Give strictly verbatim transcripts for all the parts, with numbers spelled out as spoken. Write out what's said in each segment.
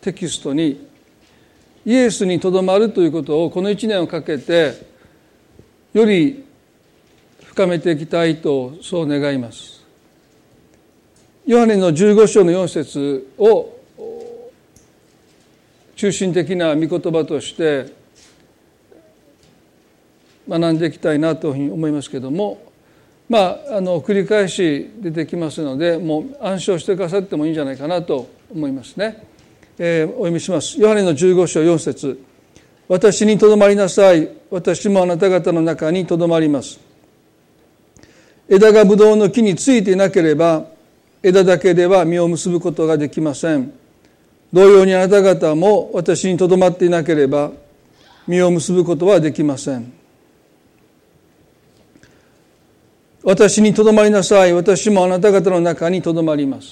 テキストにイエスにとどまるということをこのいちねんをかけてより深めていきたいとそう願います。ヨハネのじゅうご章のよん節を中心的な御言葉として学んでいきたいなというふうに思いますけれども、まあ、あの繰り返し出てきますのでもう暗唱してくださってもいいんじゃないかなと思いますね。えー、お読みします。ヨハネのじゅうご章よん節、私にとどまりなさい、私もあなた方の中にとどまります。枝がブドウの木についていなければ枝だけでは実を結ぶことができません。同様にあなた方も私にとどまっていなければ実を結ぶことはできません。私にとどまりなさい、私もあなた方の中にとどまります。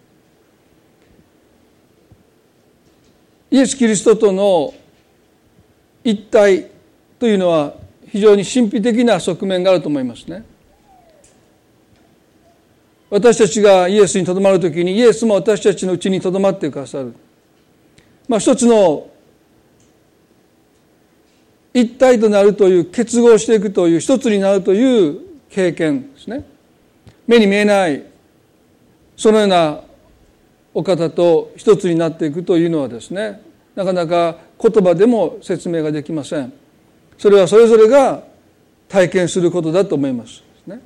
イエス・キリストとの一体というのは非常に神秘的な側面があると思いますね。私たちがイエスにとどまるときにイエスも私たちのうちにとどまってくださる。まあ一つの一体となるという、結合していくという、一つになるという経験ですね。目に見えないそのようなお方と一つになっていくというのはですね、なかなか言葉でも説明ができません。それはそれぞれが体験することだと思いますね。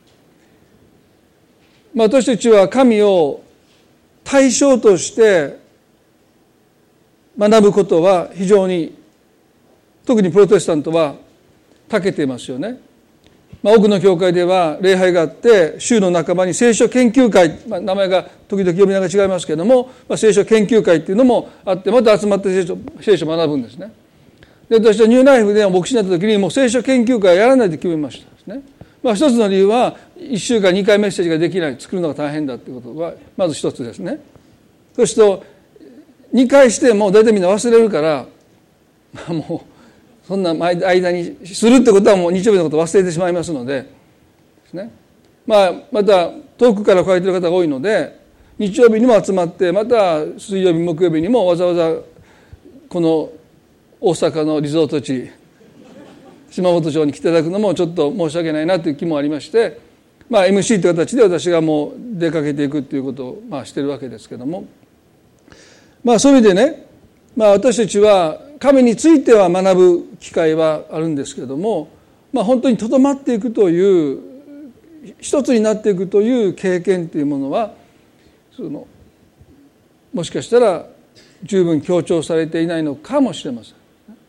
まあ、私たちは神を対象として学ぶことは非常に、特にプロテスタントは長けていますよね。まあ、多くの教会では礼拝があって週の半ばに聖書研究会、まあ、名前が時々呼び名が違いますけれども、まあ、聖書研究会っていうのもあってまた集まって聖書、聖書を学ぶんですね。で私はニューナイフで牧師になった時にもう聖書研究会やらないと決めましたですね。まあ、一つの理由はいっしゅうかんにかいメッセージができない、作るのが大変だということがまず一つですね。そうするとにかいしても大体みんな忘れるから、まあ、もうそんな間にするってことはもう日曜日のことを忘れてしまいますのでですね。まあ、また遠くから来られている方が多いので日曜日にも集まってまた水曜日木曜日にもわざわざこの大阪のリゾート地島本町に来ていただくのもちょっと申し訳ないなという気もありまして、まあ、エムシー という形で私がもう出かけていくということをまあしているわけですけども、まあそういう意味でね、まあ、私たちは神については学ぶ機会はあるんですけれども、まあ、本当にとどまっていくという一つになっていくという経験というものはそのもしかしたら十分強調されていないのかもしれません。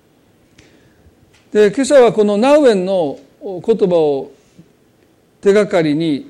で今朝はこのナウエンの言葉を手がかりに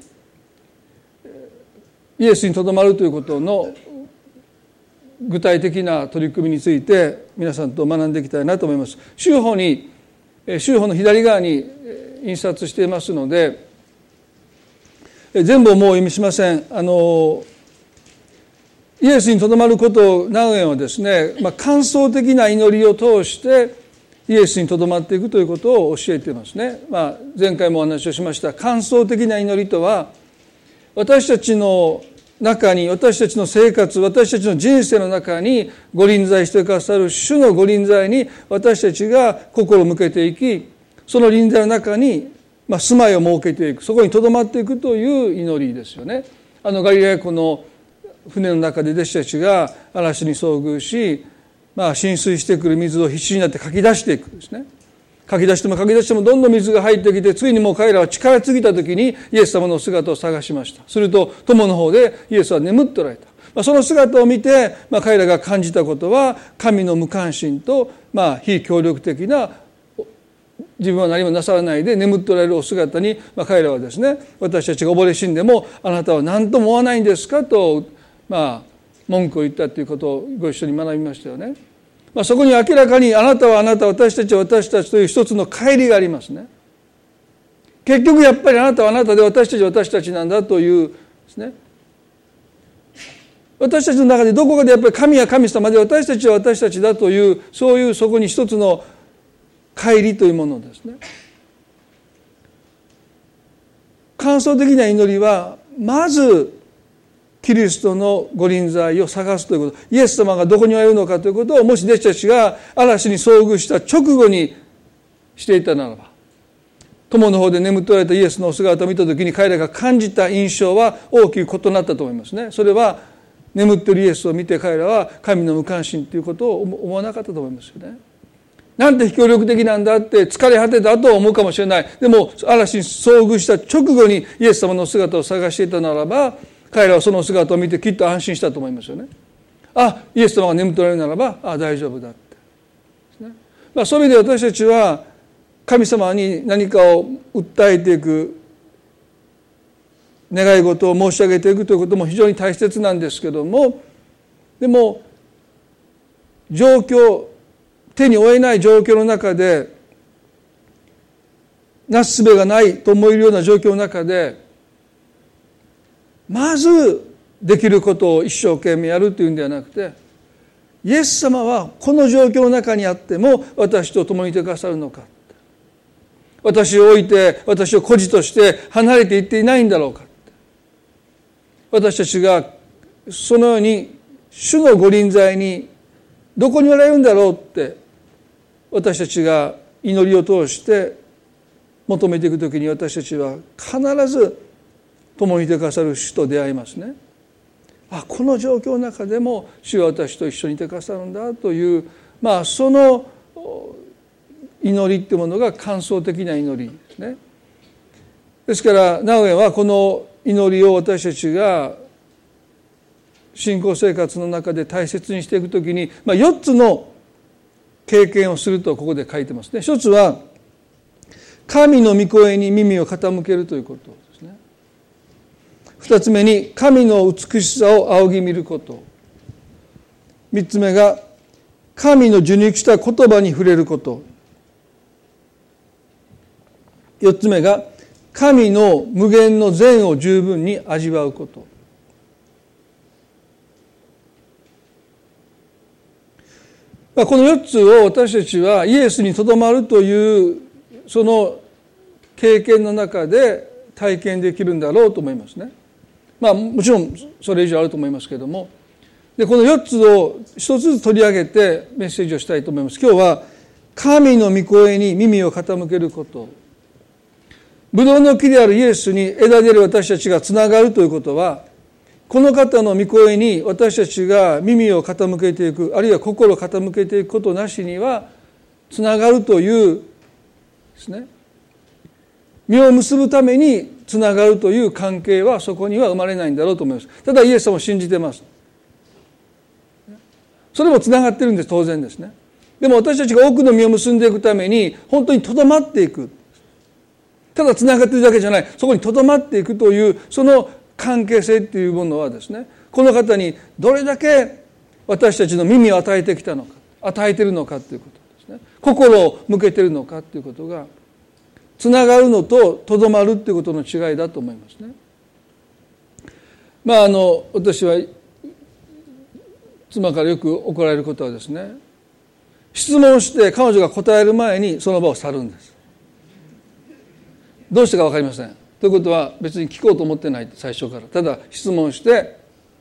イエスにとどまるということの具体的な取り組みについて皆さんと学んでいきたいなと思います。週報に週報の左側に印刷していますので全部をもう意味しません。あのイエスにとどまることをナウエンはですね、まあ、感想的な祈りを通してイエスにとどまっていくということを教えていますね。まあ、前回もお話をしました感想的な祈りとは私たちの中に私たちの生活私たちの人生の中にご臨在してくださる主のご臨在に私たちが心を向けていきその臨在の中にまあ住まいを設けていくそこにとどまっていくという祈りですよね。あのガリラヤ湖の船の中で弟子たちが嵐に遭遇し、まあ、浸水してくる水を必死になってかき出していくんですね。かき出してもかき出してもどんどん水が入ってきてついにもう彼らは力尽きた時にイエス様の姿を探しました。すると友の方でイエスは眠っておられた。まあ、その姿を見て、まあ、彼らが感じたことは神の無関心と、まあ、非協力的な自分は何もなさらないで眠っておられるお姿に、まあ、彼らはですね私たちが溺れ死んでもあなたは何とも思わないんですかと、まあ、文句を言ったということをご一緒に学びましたよね。まあ、そこに明らかにあなたはあなた私たちは私たちという一つの乖離がありますね。結局やっぱりあなたはあなたで私たちは私たちなんだというですね。私たちの中でどこかでやっぱり神は神様で私たちは私たちだというそういうそこに一つの乖離というものですね。感想的な祈りはまずキリストの御臨在を探すということ、イエス様がどこにおられるのかということを、もし弟子たちが嵐に遭遇した直後にしていたならば、友の方で眠っておられたイエスのお姿を見たときに彼らが感じた印象は大きく異なったと思いますね。それは眠っているイエスを見て彼らは神の無関心ということを思わなかったと思いますよね。なんて非協力的なんだって疲れ果てたと思うかもしれない。でも嵐に遭遇した直後にイエス様の姿を探していたならば、彼らはその姿を見てきっと安心したと思いますよね。あ、イエス様が眠っておられるならば、あ、大丈夫だってですね。まあ、そういう意味で私たちは神様に何かを訴えていく、願い事を申し上げていくということも非常に大切なんですけども、でも状況、手に負えない状況の中で、なすすべがないと思えるような状況の中で、まずできることを一生懸命やるというんではなくて、イエス様はこの状況の中にあっても私と共にいてくださるのか、私を置いて私を孤児として離れていっていないんだろうか、私たちがそのように主の御臨在にどこにおられるんだろうって私たちが祈りを通して求めていくときに、私たちは必ず共にいてくださる主と出会いますね。あ、この状況の中でも主は私と一緒にいてくださるんだという、まあその祈りっていうものが感想的な祈りですね。ですからナウエはこの祈りを私たちが信仰生活の中で大切にしていくときに、まあ、よっつの経験をするとここで書いてますね。一つは神の御声に耳を傾けるということですね。二つ目に神の美しさを仰ぎ見ること。三つ目が神の受肉した言葉に触れること。四つ目が神の無限の善を十分に味わうこと。このよっつを私たちはイエスにとどまるというその経験の中で体験できるんだろうと思いますね。まあもちろんそれ以上あると思いますけれども、でこのよっつを一つずつ取り上げてメッセージをしたいと思います。今日は神の御声に耳を傾けること。ブドウの木であるイエスに枝である私たちがつながるということは、この方の御声に私たちが耳を傾けていく、あるいは心を傾けていくことなしにはつながるというですね、実を結ぶためにつながるという関係はそこには生まれないんだろうと思います。ただイエス様を信じてます。それもつながってるんです、当然ですね。でも私たちが多くの実を結んでいくために本当にとどまっていく、ただつながっているだけじゃない、そこにとどまっていくというその関係性っていうものはですね、この方にどれだけ私たちの耳を与えてきたのか、与えているのかということですね。心を向けているのかということが、つながるのととどまるということの違いだと思いますね。まああの私は妻からよく怒られることはですね、質問して彼女が答える前にその場を去るんです。どうしてか分かりません。ということは別に聞こうと思ってない最初から。ただ質問して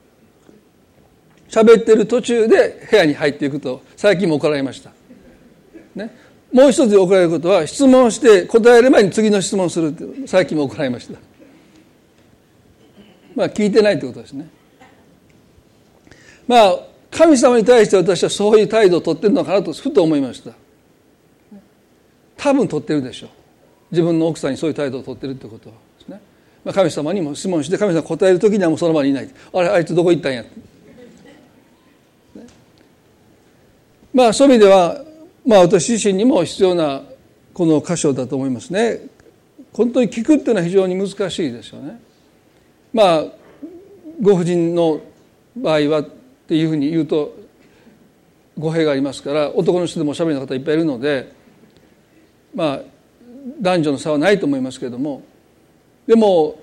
喋ってる途中で部屋に入っていくと最近も怒られました。ね、もう一つ怒られることは質問して答える前に次の質問するって最近も怒られました。まあ聞いてないということですね。まあ神様に対して私はそういう態度を取ってるのかなとふと思いました。多分取ってるでしょう。自分の奥さんにそういう態度を取ってるってことはですね。まあ、神様にも質問して神様が答えるときにはもうその場にいない。あれあいつどこ行ったんや、ね、まあそういう意味ではまあ私自身にも必要なこの箇所だと思いますね。本当に聞くっていうのは非常に難しいですよね。まあご婦人の場合はっていうふうに言うと語弊がありますから、男の人でもおしゃべりの方いっぱいいるので、まあ男女の差はないと思いますけれども、でも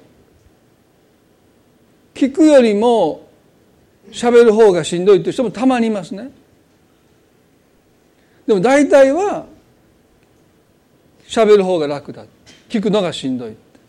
聞くよりも喋る方がしんどいという人もたまにいますね。でも大体は喋る方が楽だ、聞くのがしんどい。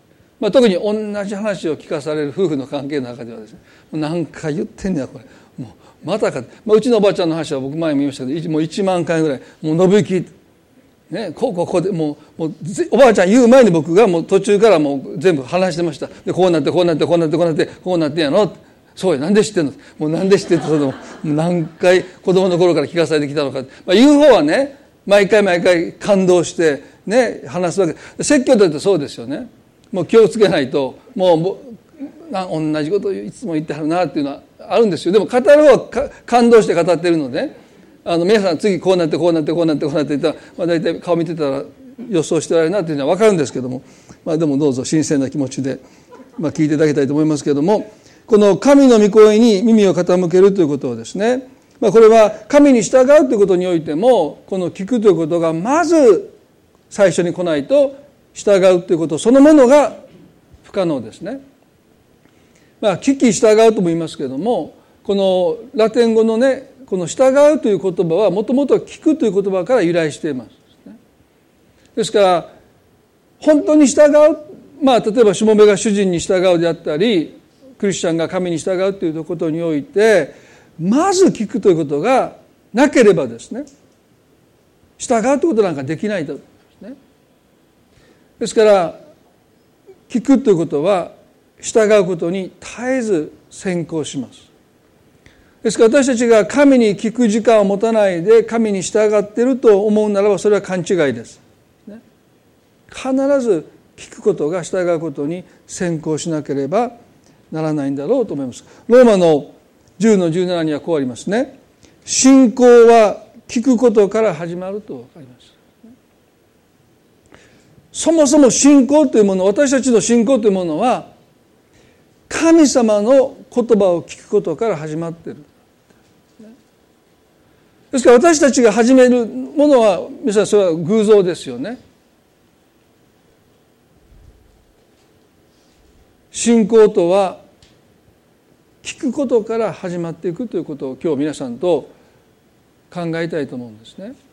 まあ、特に同じ話を聞かされる夫婦の関係の中ではですね、何回言ってんねやこれ、もうまたか、まあ、うちのおばあちゃんの話は僕前も言いましたけど、もういちまんかいぐらい、もう信行ね、こうこうこうでもう、もうおばあちゃん言う前に僕がもう途中からもう全部話してました。でこうなってこうなってこうなってこうなってこうなってんやろ。そうや、なんで知ってんの。もうなんで知ってんの。それでも何回子供の頃から聞かされてきたのか。まあ、言う方はね、毎回毎回感動してね話すわけ。説教だってそうですよね。もう気をつけないともうもうな同じことをいつも言ってはるなっていうのはあるんですよ。でも語る方は感動して語ってるので。あの皆さん次こうなってこうなってこうなってこうなっていったら、まあ、大体顔見てたら予想しておられるなっていうのは分かるんですけども、まあ、でもどうぞ新鮮な気持ちで、まあ、聞いていただきたいと思いますけれども、この神の御声に耳を傾けるということをですね、まあ、これは神に従うということにおいてもこの聞くということがまず最初に来ないと従うということそのものが不可能ですね。まあ、聞き従うとも言いますけれども、このラテン語のねこの従うという言葉はもともと聞くという言葉から由来しています。ですから本当に従う、まあ例えばしもべが主人に従うであったり、クリスチャンが神に従うということにおいて、まず聞くということがなければですね、従うということなんかできないとですね。ですから聞くということは従うことに絶えず先行します。ですから私たちが神に聞く時間を持たないで神に従っていると思うならばそれは勘違いです。必ず聞くことが従うことに先行しなければならないんだろうと思います。ローマのじゅうのじゅうななにはこうありますね。信仰は聞くことから始まるとあります。そもそも信仰というもの、私たちの信仰というものは神様の言葉を聞くことから始まっている。ですから私たちが始めるものは皆さんそれは偶像ですよね。信仰とは聞くことから始まっていくということを今日皆さんと考えたいと思うんですね。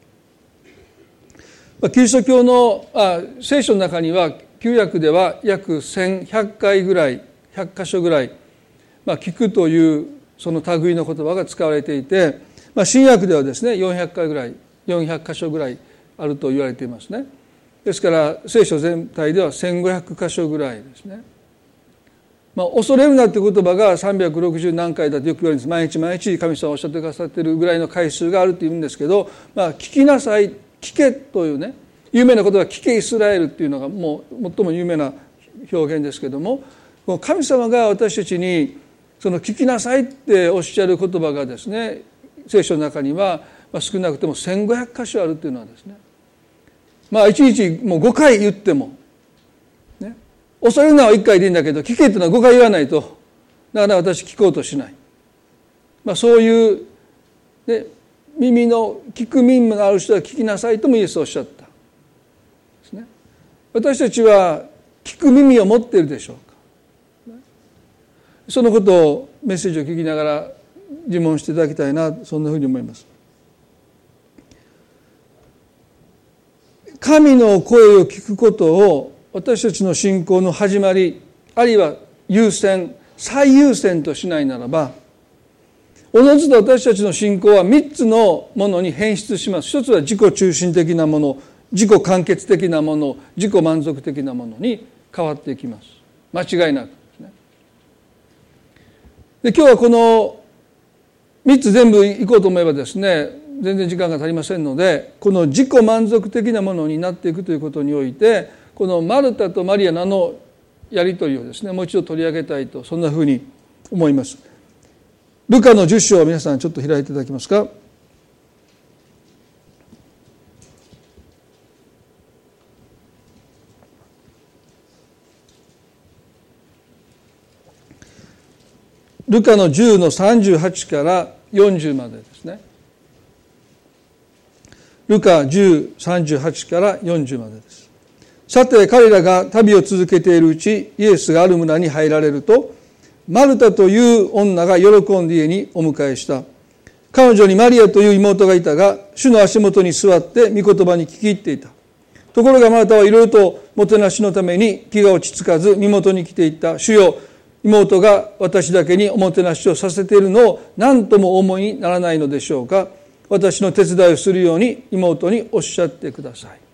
キリスト教のあ聖書の中には旧約では約せんひゃっかいぐらいひゃっかしょぐらい、まあ、聞くというその類の言葉が使われていて、まあ、新約ではですねよんひゃっかいぐらいよんひゃっかしょぐらいあると言われていますね。ですから聖書全体ではせんごひゃくかしょぐらいですね。まあ、恐れるなという言葉がさんびゃくろくじゅう何回だとよく言われるんです。毎日毎日神様がおっしゃってくださっているぐらいの回数があると言うんですけど、まあ、聞きなさい聞けというね有名な言葉は聞けイスラエルっていうのがもう最も有名な表現ですけども、神様が私たちにその聞きなさいっておっしゃる言葉がですね聖書の中には少なくともせんごひゃくかしょあるというのはですね、まあいちにちもうごかい言っても、ね、恐れるのはいっかいでいいんだけど聞けっていうのはごかい言わないとだから私聞こうとしない、まあ、そういう、ね、耳の聞く耳がある人は聞きなさいともイエスはおっしゃったですね。私たちは聞く耳を持っているでしょうか。そのことをメッセージを聞きながら自問していただきたいな、そんなふうに思います。神の声を聞くことを私たちの信仰の始まり、あるいは優先最優先としないならば、おのずと私たちの信仰はみっつのものに変質します。一つは自己中心的なもの、自己完結的なもの、自己満足的なものに変わっていきます。間違いなくですね。で、今日はこのみっつ全部いこうと思えばですね、全然時間が足りませんので、この自己満足的なものになっていくということにおいて、このマルタとマリアのあのやり取りをですね、もう一度取り上げたいと、そんなふうに思います。ルカのじゅっ章を皆さんちょっと開いていただけますか。ルカのじゅうのさんじゅうはちからよんじゅうまでですね。ルカじゅう、さんじゅうはちからよんじゅうまでです。さて彼らが旅を続けているうち、イエスがある村に入られると、マルタという女が喜んで家にお迎えした。彼女にマリアという妹がいたが、主の足元に座って御言葉に聞き入っていた。 ところがマルタはいろいろともてなしのために気が落ち着かず身元に来ていった。主よ、妹が私だけにおもてなしをさせているのを何とも思いにならないのでしょうか。私の手伝いをするように妹におっしゃってください。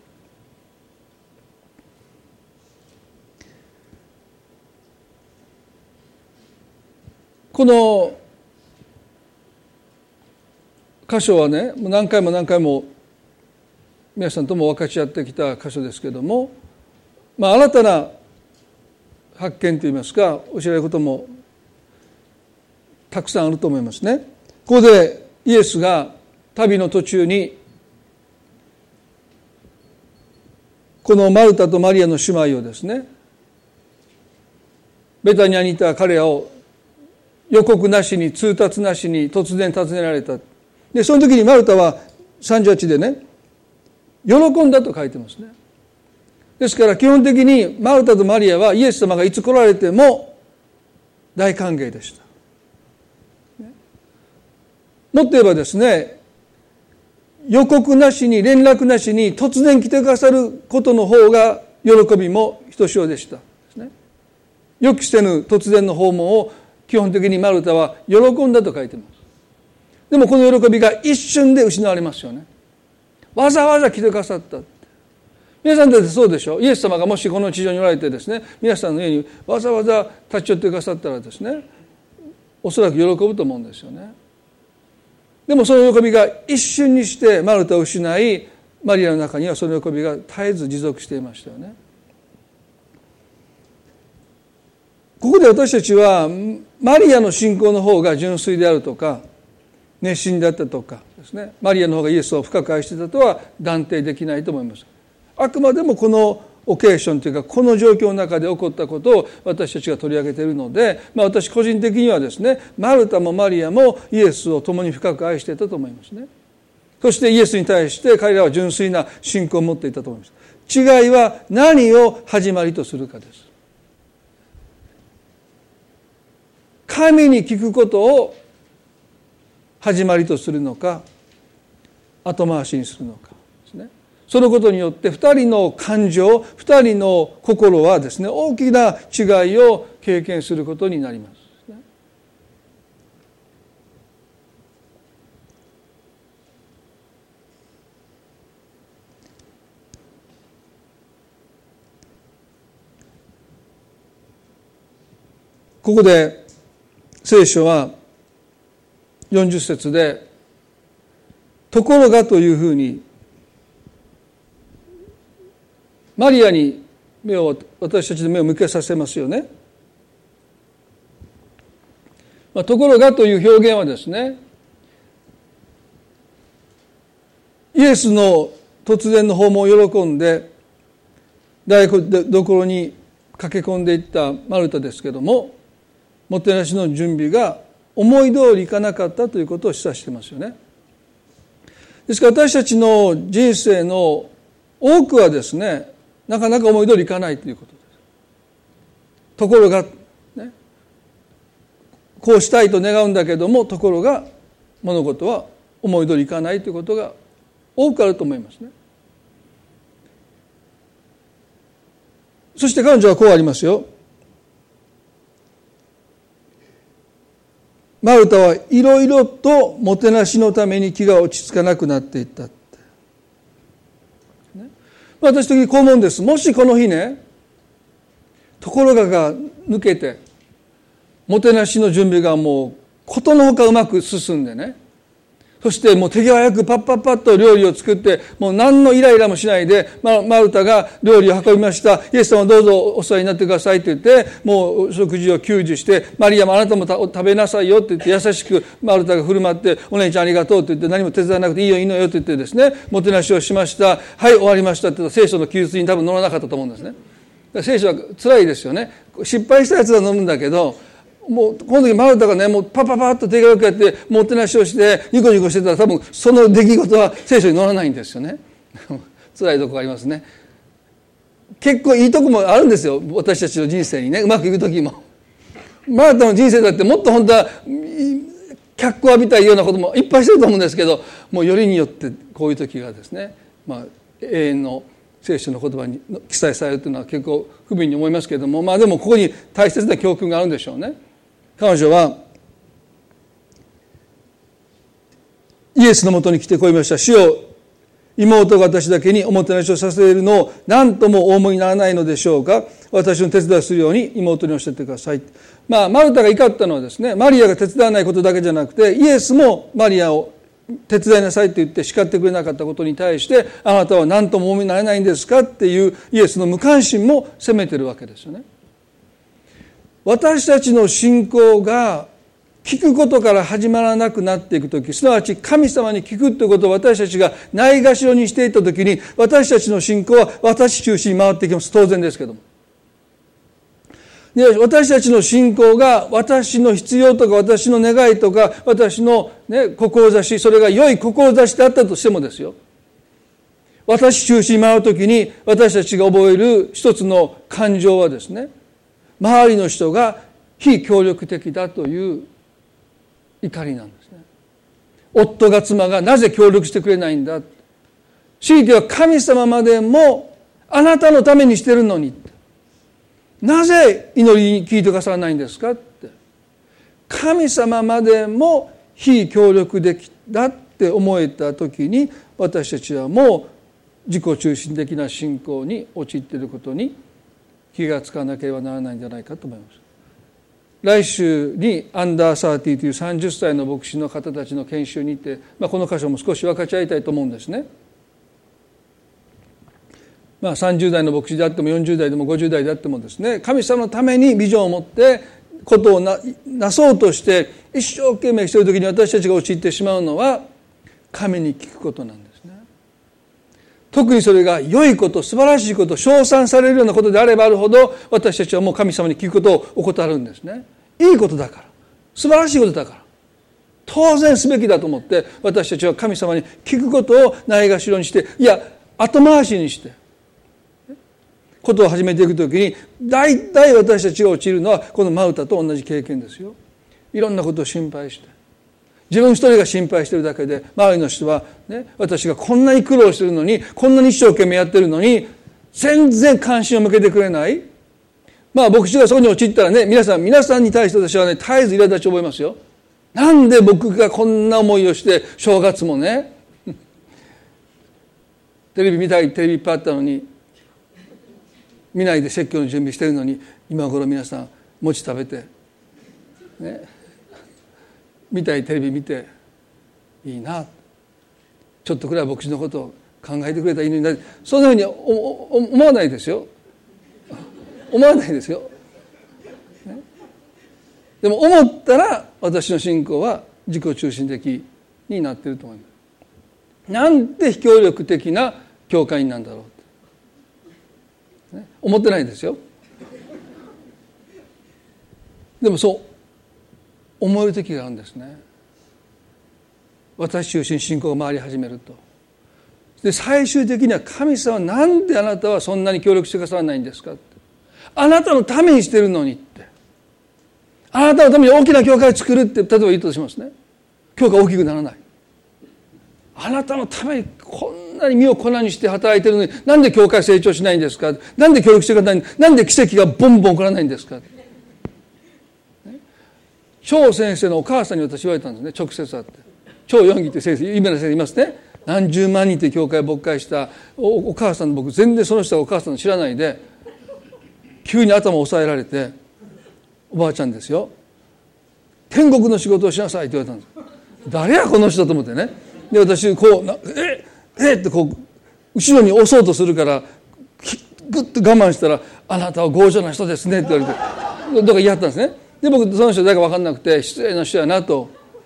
この箇所はね、何回も何回も皆さんとも分かち合ってきた箇所ですけれども、まあ、新たな発見といいますか教えられることもたくさんあると思いますね。ここでイエスが旅の途中にこのマルタとマリアの姉妹をですね、ベタニアにいた彼らを予告なしに通達なしに突然訪ねられた。でその時にマルタはさんじゅうはちでね、喜んだと書いてますね。ですから基本的にマルタとマリアはイエス様がいつ来られても大歓迎でした。もっと言えばですね、予告なしに連絡なしに突然来てくださることの方が喜びもひとしおでしたですね。予期せぬ突然の訪問を基本的にマルタは喜んだと書いてます。でもこの喜びが一瞬で失われますよね。わざわざ来てくださった。皆さんだってそうでしょ。イエス様がもしこの地上におられてですね、皆さんの家にわざわざ立ち寄ってくださったらですね、おそらく喜ぶと思うんですよね。でもその喜びが一瞬にしてマルタを失い、マリアの中にはその喜びが絶えず持続していましたよね。ここで私たちはマリアの信仰の方が純粋であるとか熱心であったとかですね、マリアの方がイエスを深く愛していたとは断定できないと思います。あくまでもこのオケーションというかこの状況の中で起こったことを私たちが取り上げているので、まあ、私個人的にはですね、マルタもマリアもイエスを共に深く愛していたと思いますね。そしてイエスに対して彼らは純粋な信仰を持っていたと思います。違いは何を始まりとするかです。神に聞くことを始まりとするのか後回しにするのかですね。そのことによって二人の感情、二人の心はですね、大きな違いを経験することになります。ここで聖書はよんじゅっ節でところがというふうにマリアに目を私たちの目を向けさせますよね。まあ、ところがという表現はですね、イエスの突然の訪問を喜んで台所に駆け込んでいったマルタですけども、もてなしの準備が思い通りいかなかったということを示唆していますよね。ですから私たちの人生の多くはですね、なかなか思い通りいかないということです。ところが、ね、こうしたいと願うんだけども、ところが物事は思い通りいかないということが多くあると思いますね。そして彼女はこうありますよ。マルタはいろいろともてなしのために気が落ち着かなくなっていったって、ね、私的にこう思うんです。もしこの日ね、ところがが抜けてもてなしの準備がもうことのほかうまく進んでね、そしてもう手際よくパッパッパッと料理を作って、もう何のイライラもしないで、マルタが料理を運びました。イエス様どうぞお世話になってくださいと言って、もう食事を給仕して、マリアもあなたも食べなさいよって言って優しくマルタが振る舞って、お姉ちゃんありがとうって言って何も手伝わなくていいよいいのよって言ってですね、もてなしをしました。はい終わりましたって言ったら聖書の記述に多分載らなかったと思うんですね。聖書は辛いですよね。失敗したやつは飲むんだけど、もうこの時マルタがね、もうパパパッと手がよくやってもてなしをしてニコニコしてたら、多分その出来事は聖書に載らないんですよね。辛いとこがありますね。結構いいとこもあるんですよ、私たちの人生にね、うまくいく時も。マルタの人生だってもっと本当は脚光を浴びたいようなこともいっぱいしてると思うんですけど、もうよりによってこういう時がですね、まあ、永遠の聖書の言葉に記載されるというのは結構不憫に思いますけれども、まあでもここに大切な教訓があるんでしょうね。彼女はイエスのもとに来てこう言いました。主よ、妹が私だけにおもてなしをさせるのを何ともお思いにならないのでしょうか。私の手伝いをするように妹に教えてください。まあマルタが怒ったのはですね、マリアが手伝わないことだけじゃなくて、イエスもマリアを手伝いなさいと言って叱ってくれなかったことに対して、あなたは何ともお思いになれないんですかっていうイエスの無関心も責めてるわけですよね。私たちの信仰が聞くことから始まらなくなっていくとき、すなわち神様に聞くということを私たちがないがしろにしていたときに、私たちの信仰は私中心に回っていきます。当然ですけども。で、私たちの信仰が私の必要とか私の願いとか私の、ね、志、それが良い志であったとしてもですよ。私中心に回るときに私たちが覚える一つの感情はですね、周りの人が非協力的だという怒りなんですね。夫が妻がなぜ協力してくれないんだ。強いては神様までもあなたのためにしてるのに。なぜ祈りに聞いてくださらないんですかって。神様までも非協力的だって思えたときに、私たちはもう自己中心的な信仰に陥っていることに気がつかなければならないんじゃないかと思います。来週にアンダーサーティーというさんじゅっさいの牧師の方たちの研修に行って、まあ、この箇所も少し分かち合いたいと思うんですね。まあ、さんじゅう代の牧師であってもよんじゅう代でもごじゅう代であってもですね、神様のためにビジョンを持ってことを な, なそうとして一生懸命している時に私たちが陥ってしまうのは神に聞くことなんですね。特にそれが良いこと、素晴らしいこと、称賛されるようなことであればあるほど、私たちはもう神様に聞くことを怠るんですね。いいことだから、素晴らしいことだから、当然すべきだと思って私たちは神様に聞くことをないがしろにして、いや後回しにしてことを始めていくときに、大体私たちが陥るのはこのマルタと同じ経験ですよ。いろんなことを心配して、自分一人が心配しているだけで、周りの人は、ね、私がこんなに苦労しているのに、こんなに一生懸命やってるのに全然関心を向けてくれない。まあ牧師がそこに陥ったらね、皆さん皆さんに対して私はね、絶えず苛立ちを覚えますよ。なんで僕がこんな思いをして正月もねテレビ見たいテレビいっぱいあったのに見ないで説教の準備してるのに、今頃皆さん餅食べてね、見たいテレビ見ていいな、ちょっとくらい牧師のことを考えてくれたらいいのにな、そんなふうに思わないですよ。思わないですよ、ね、でも思ったら私の信仰は自己中心的になっていると思います。なんて非協力的な教会員なんだろう、ね、思ってないですよ。でもそう思える時があるんですね。私中心信仰が回り始めると。で最終的には神様はなんであなたはそんなに協力してくださらないんですかって。あなたのためにしてるのにって。あなたのために大きな教会を作るって例えば言ったとしますね。教会大きくならない。あなたのためにこんなに身を粉にして働いてるのに、なんで教会成長しないんですか。なんで協力してくれないんですか。なんで奇跡がボンボン起こらないんですか。張先生のお母さんに私言われたんですね。直接会って。張四義って先生、有名な先生いますね。何十万人という教会を勃会したお, お母さん、僕全然その人がお母さんの知らないで、急に頭を押さえられて、おばあちゃんですよ、天国の仕事をしなさいって言われたんです。誰やこの人と思ってね。で私こうええってこう後ろに押そうとするからグッと我慢したら、あなたは強情な人ですねって言われて、どっか言い張ったんですね。で僕その人誰か分かんなくて、失礼な人やなと、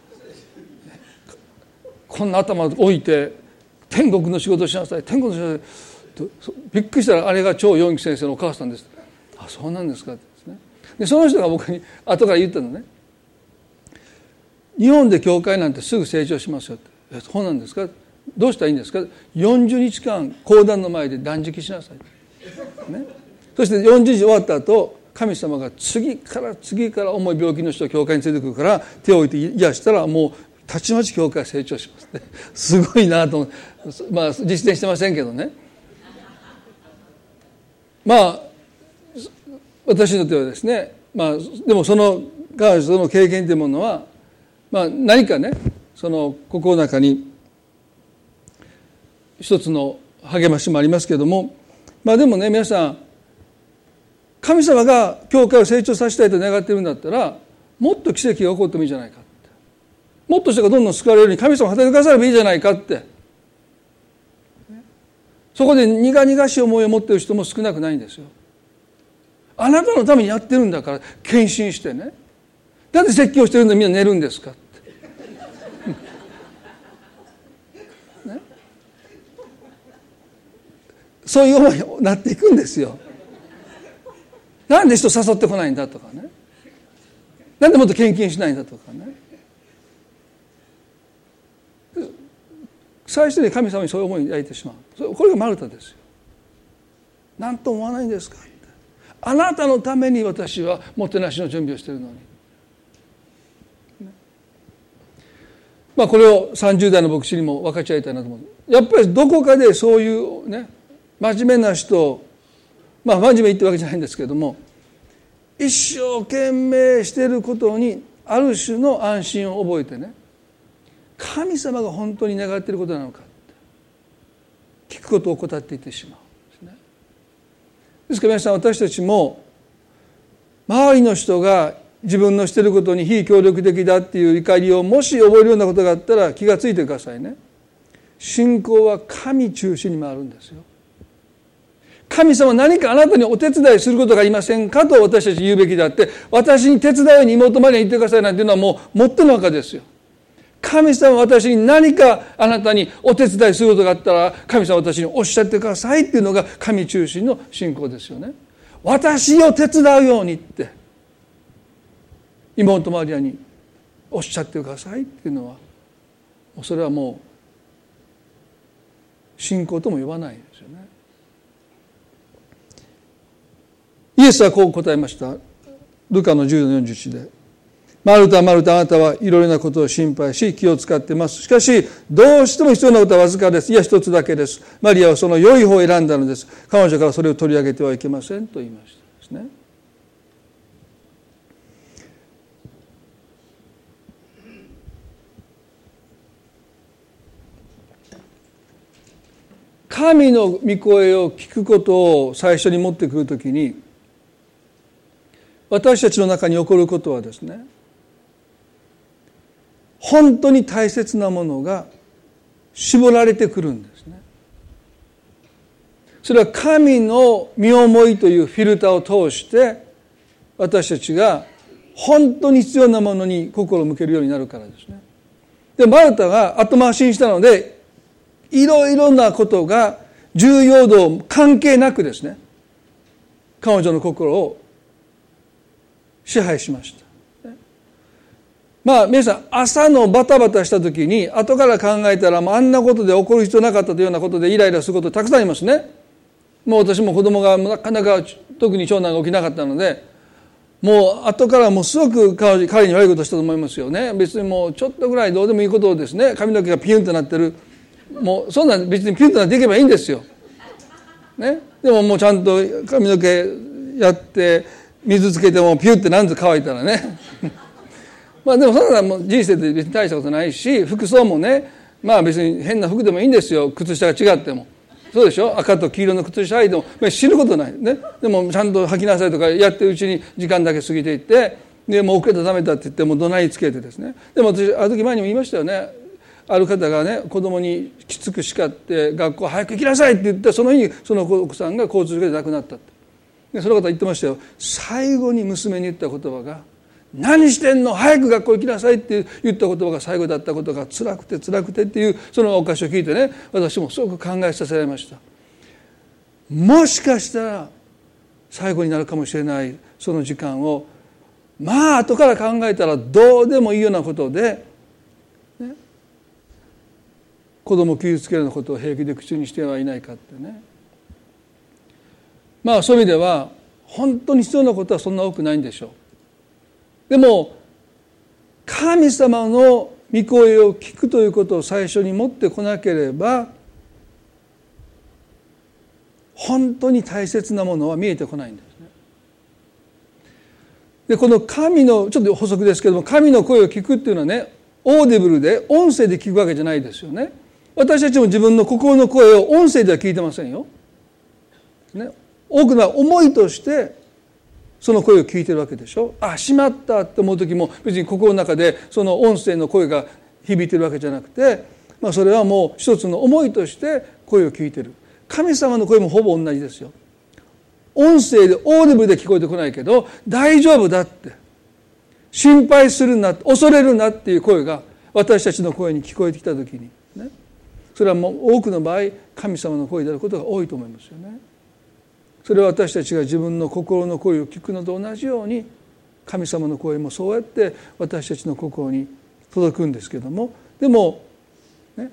こんな頭を置いて天国の仕事をしなさい、天国の仕事とびっくりしたら、あれが張四義先生のお母さんです。あ、そうなんですかってですね。でその人が僕に後から言ったのね、日本で教会なんてすぐ成長しますよって。え、そうなんですか、どうしたらいいんですか。よんじゅうにちかん講談の前で断食しなさい、ね、そしてよんじゅうにち終わった後、神様が次から次から重い病気の人を教会に連れてくるから、手を置いて癒したらもうたちまち教会が成長しますね。すごいなと思って、まあ実践してませんけどね。 まあ私にとってはですね、まあでもその彼女との経験というものは、まあ何かね、その心の中に一つの励ましもありますけれども、まあでもね、皆さん、神様が教会を成長させたいと願っているんだったら、もっと奇跡が起こってもいいじゃないかって、もっと人がどんどん救われるように神様を働いてくださればいいじゃないかって、そこで苦々しい思いを持っている人も少なくないんですよ。あなたのためにやってるんだから献身してね、なんで説教してるんでみんな寝るんですかって、ね、そういう思いになっていくんですよ。なんで人誘ってこないんだとかね、なんでもっと献金しないんだとかね、最初に神様にそういう思いを抱いてしまう。これがマルタですよ。なんと思わないんですかって、あなたのために私はもてなしの準備をしているのに、ね、まあこれをさんじゅう代の牧師にも分かち合いたいなと思う。やっぱりどこかでそういうね、真面目な人、まあ真面目ってわけじゃないんですけれども、一生懸命していることにある種の安心を覚えてね、神様が本当に願っていることなのかって聞くことを怠っていってしまうんですね。ですから皆さん、私たちも周りの人が自分のしていることに非協力的だっていう怒りをもし覚えるようなことがあったら気がついてくださいね。信仰は神中心に回るんですよ。神様、何かあなたにお手伝いすることがありませんかと私たち言うべきであって、私に手伝うように妹まで言ってくださいなんていうのはもうもってのほかですよ。神様、私に何かあなたにお手伝いすることがあったら神様、私におっしゃってくださいっていうのが神中心の信仰ですよね。私を手伝うようにって妹マリアにおっしゃってくださいっていうのは、それはもう信仰とも呼ばないんですよね。イエスはこう答えました。ルカのじゅうのよんじゅういちで、マルタマルタ、あなたはいろいろなことを心配し気を使っています。しかしどうしても必要なことはわずかです。いや一つだけです。マリアはその良い方を選んだのです。彼女からそれを取り上げてはいけませんと言いましたですね。神の御声を聞くことを最初に持ってくるときに、私たちの中に起こることはですね、本当に大切なものが絞られてくるんですね。それは神の身思いというフィルターを通して私たちが本当に必要なものに心を向けるようになるからですね。で、マルタが後回しにしたので、いろいろなことが重要度関係なくですね、彼女の心を支配しました。まあ皆さん、朝のバタバタした時に後から考えたらもうあんなことで起こる必要なかったというようなことでイライラすることたくさんありますね。もう私も子供がなかなか特に長男が起きなかったので、もう後からもうすごく彼に悪いことしたと思いますよね。別にもうちょっとぐらいどうでもいいことをですね、髪の毛がピュンとなってる、もうそんなん別にピュンとなっていけばいいんですよ、ね、でももうちゃんと髪の毛やって水つけてもピュンってなんと乾いたらねまあでもそんなもう人生で別に大したことないし、服装もね、まあ別に変な服でもいいんですよ。靴下が違ってもそうでしょ。赤と黄色の靴下履いても、まあ、知ることないね。でもちゃんと履きなさいとかやってるうちに時間だけ過ぎていって、でもう遅れたらダメだって言ってもう怒鳴りつけてですね。でも私ある時前にも言いましたよね。ある方がね、子供にきつく叱って学校早く行きなさいって言って、その日にその奥さんが交通事故で亡くなったって。でその方言ってましたよ。最後に娘に言った言葉が、何してんの、早く学校行きなさいって言った言葉が最後だったことが辛くて辛くてっていうそのお話を聞いてね、私もすごく考えさせられました。もしかしたら最後になるかもしれないその時間を、まあ後から考えたらどうでもいいようなことで、ね、子供を傷つけるようなことを平気で口にしてはいないかってね。まあそういう意味では本当に必要なことはそんな多くないんでしょう。でも神様の御声を聞くということを最初に持ってこなければ、 本当に大切なものは見えてこないんですね。でこの神のちょっと補足ですけども、神の声を聞くっていうのはね、オーディブルで音声で聞くわけじゃないですよね。私たちも自分の心の声を音声では聞いてませんよ、ね、多くのは思いとしてその声を聞いてるわけでしょ。あ、しまったって思う時も別に心の中でその音声の声が響いてるわけじゃなくて、まあ、それはもう一つの思いとして声を聞いてる。神様の声もほぼ同じですよ。音声でオーディブルで聞こえてこないけど、大丈夫だって、心配するな、恐れるなっていう声が私たちの声に聞こえてきた時にね、それはもう多くの場合神様の声であることが多いと思いますよね。それは私たちが自分の心の声を聞くのと同じように、神様の声もそうやって私たちの心に届くんですけども、でもね、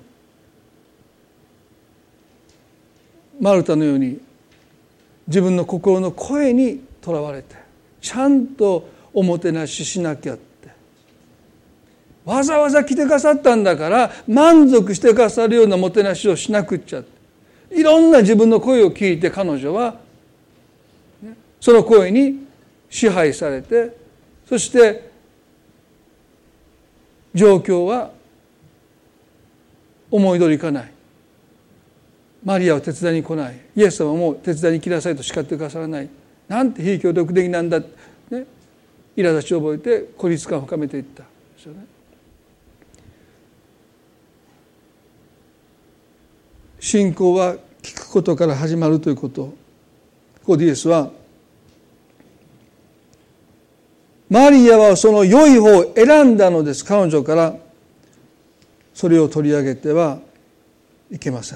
マルタのように自分の心の声にとらわれて、ちゃんとおもてなししなきゃって、わざわざ来てくださったんだから満足してくださるようなもてなしをしなくっちゃって、いろんな自分の声を聞いて彼女はその声に支配されて、そして状況は思い通りいかない。マリアは手伝いに来ない。イエス様も手伝いに来なさいと叱ってくださらない。なんて非協力的なんだ、ね、苛立ちを覚えて孤立感を深めていったんですよね。信仰は聞くことから始まるということ。ここでイエスは、マリアはその良い方を選んだのです。彼女からそれを取り上げてはいけません。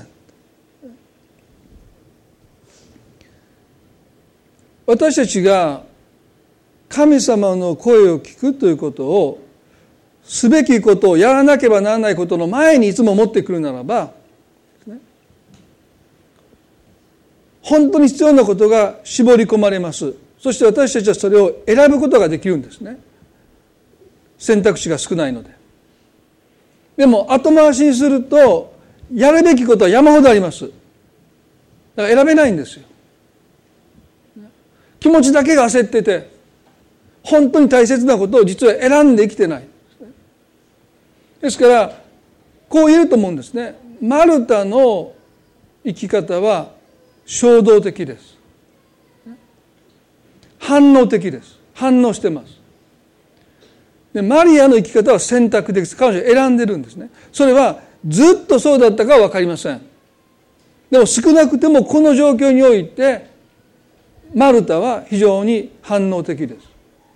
私たちが神様の声を聞くということを、すべきことをやらなければならないことの前にいつも持ってくるならば、本当に必要なことが絞り込まれます。そして私たちはそれを選ぶことができるんですね。選択肢が少ないので。でも後回しにするとやるべきことは山ほどあります。だから選べないんですよ。気持ちだけが焦ってて、本当に大切なことを実は選んで生きてない。ですからこう言えると思うんですね。マルタの生き方は衝動的です。反応的です。反応してます。でマリアの生き方は選択的です。彼女は選んでるんですね。それはずっとそうだったかは分かりません。でも少なくてもこの状況においてマルタは非常に反応的です。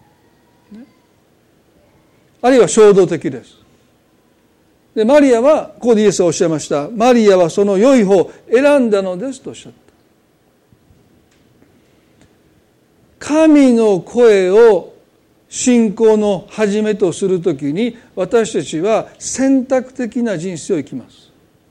あるいは衝動的です。でマリアはここでイエスはおっしゃいました。マリアはその良い方を選んだのですとおっしゃった。神の声を信仰の始めとするときに、私たちは選択的な人生を生きます。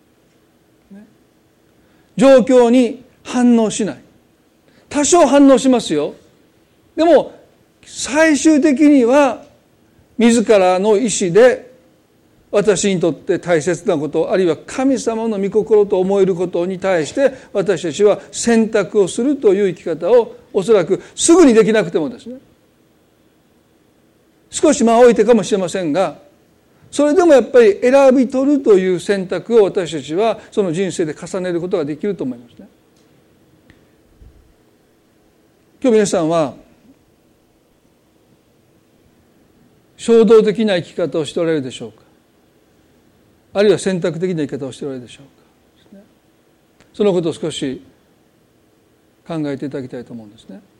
状況に反応しない。多少反応しますよ。でも最終的には自らの意志で私にとって大切なこと、あるいは神様の御心と思えることに対して私たちは選択をするという生き方を、おそらくすぐにできなくてもですね、少し間を置いてかもしれませんが、それでもやっぱり選び取るという選択を私たちはその人生で重ねることができると思いますね。今日皆さんは衝動的な生き方をしておられるでしょうか。あるいは選択的な生き方をしておられるでしょうか。そのことを少し考えていただきたいと思うんですね。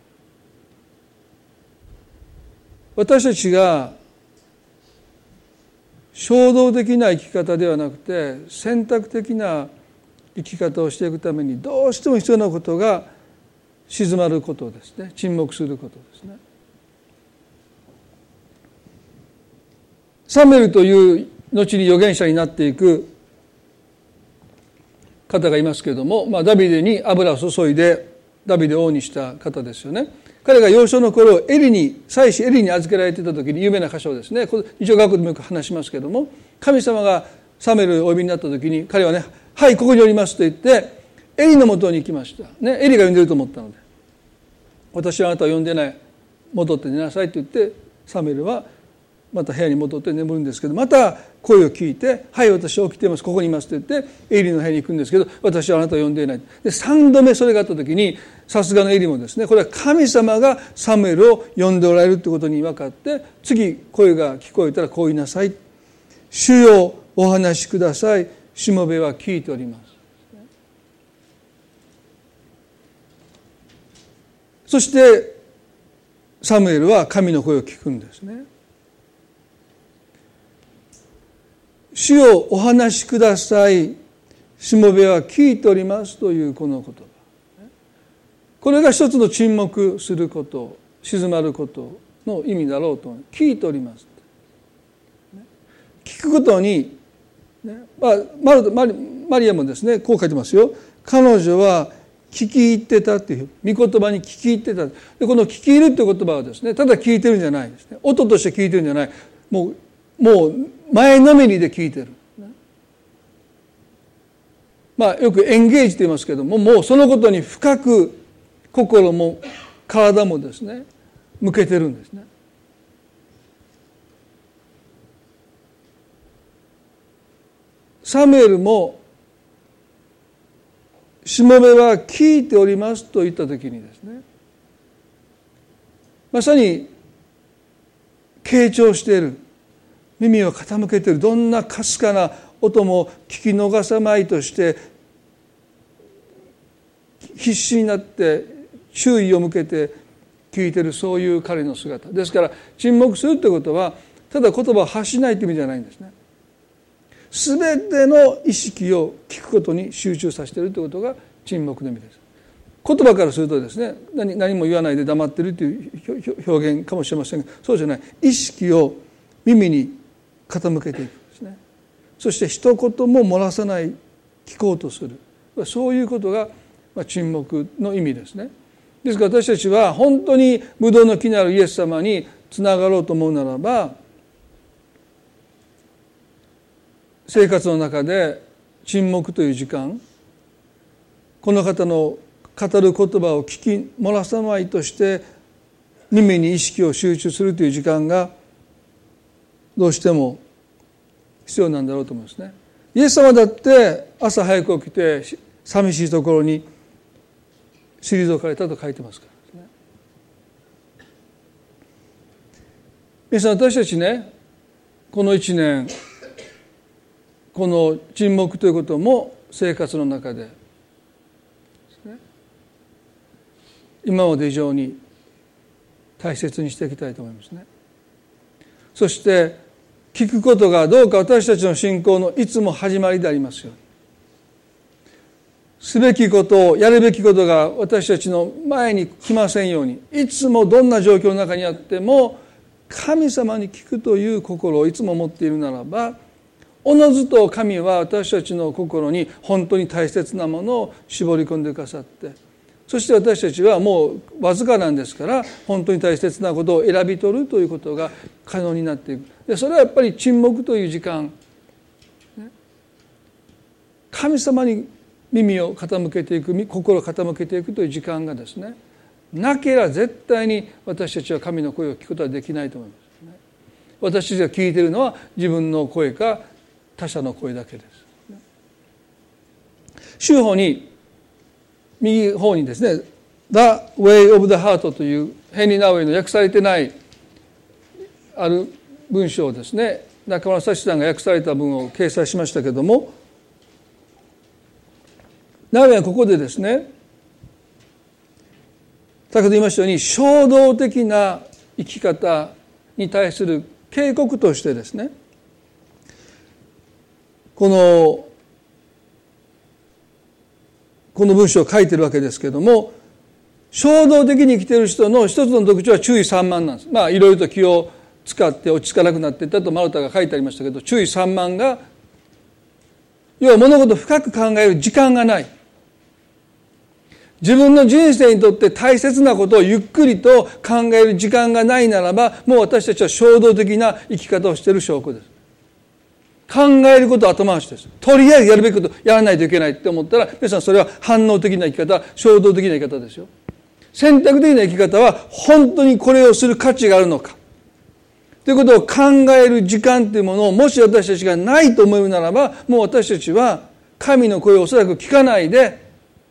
私たちが衝動的な生き方ではなくて選択的な生き方をしていくためにどうしても必要なことが静まることですね。沈黙することですね。サムエルという後に預言者になっていく方がいますけれども、まあ、ダビデに油を注いでダビデを王にした方ですよね。彼が幼少の頃エリに妻子エリに預けられていた時に有名な箇所ですね。一応学校でもよく話しますけれども、神様がサムエルをお呼びになった時に彼はね、はいここにおりますと言ってエリのもとに行きました、ね、エリが呼んでると思ったので、私はあなたを呼んでない、戻って寝なさいと言って、サムエルはまた部屋に戻って眠るんですけど、また声を聞いて、はい、私は起きています、ここにいますと言ってエリの部屋に行くんですけど、私はあなたを呼んでいない。でさんどめそれがあった時に、さすがのエリもですね、これは神様がサムエルを呼んでおられるということに分かって、次声が聞こえたらこう言いなさい。主よお話しください、しもべは聞いております。そしてサムエルは神の声を聞くんですね。主よお話しください、しもべは聞いておりますというこの言葉、これが一つの沈黙すること、静まることの意味だろうと思う。聞いております。聞くことに、まあ、マルマリ、マリアもですね、こう書いてますよ。彼女は聞き入ってたっていう、御言葉に聞き入ってた。でこの聞き入るっていう言葉はですね、ただ聞いてるんじゃないですね。音として聞いてるんじゃない。もう、もう前のめりで聞いてる。まあよくエンゲージと言いますけども、もうそのことに深く心も体もですね、向けてるんですね。サムエルもしもべは聞いておりますと言ったときにですね、まさに傾聴している、耳を傾けている、どんなかすかな音も聞き逃さまいとして必死になって注意を向けて聞いている、そういう彼の姿ですから、沈黙するということはただ言葉を発しないという意味じゃないんですね。すべての意識を聞くことに集中させているということが沈黙の意味です。言葉からするとですね、 何, 何も言わないで黙っているという表現かもしれませんが、そうじゃない。意識を耳に傾けていくんですね。そして一言も漏らさない、聞こうとする、そういうことが沈黙の意味ですね。ですから私たちは本当にブドウの木なるイエス様につながろうと思うならば、生活の中で沈黙という時間、この方の語る言葉を聞き漏らさまいとして耳に意識を集中するという時間がどうしても必要なんだろうと思いますね。イエス様だって朝早く起きて寂しいところに退かれたと書いてますからね。皆さん、私たちね、この一年この沈黙ということも生活の中でですね、今まで以上に大切にしていきたいと思いますね。そして聞くことがどうか私たちの信仰のいつも始まりでありますように、すべきことをやるべきことが私たちの前に来ませんように、いつもどんな状況の中にあっても神様に聞くという心をいつも持っているならば、おのずと神は私たちの心に本当に大切なものを絞り込んでくださって、そして私たちはもうわずかなんですから、本当に大切なことを選び取るということが可能になっていく。でそれはやっぱり沈黙という時間、神様に耳を傾けていく、心を傾けていくという時間がですね、なければ絶対に私たちは神の声を聞くことはできないと思いますね。私たちが聞いているのは自分の声か他者の声だけです。州法に右方にですね The Way of the Heart というヘンリー・ナウェイの訳されてないある文章をですね、中村幸さんが訳された文を掲載しましたけれども、ナウェイはここでですね、先ほど言いましたように衝動的な生き方に対する警告としてですね、このこの文章を書いてるわけですけれども、衝動的に生きている人の一つの特徴は注意散漫なんです。まあいろいろと気を使って落ち着かなくなっていったとマルタが書いてありましたけど、注意散漫が、要は物事を深く考える時間がない。自分の人生にとって大切なことをゆっくりと考える時間がないならば、もう私たちは衝動的な生き方をしている証拠です。 考えることは後回しです。とりあえずやるべきことやらないといけないって思ったら、皆さんそれは反応的な生き方、衝動的な生き方ですよ。選択的な生き方は本当にこれをする価値があるのかということを考える時間というものをもし私たちがないと思うならば、もう私たちは神の声をおそらく聞かないで、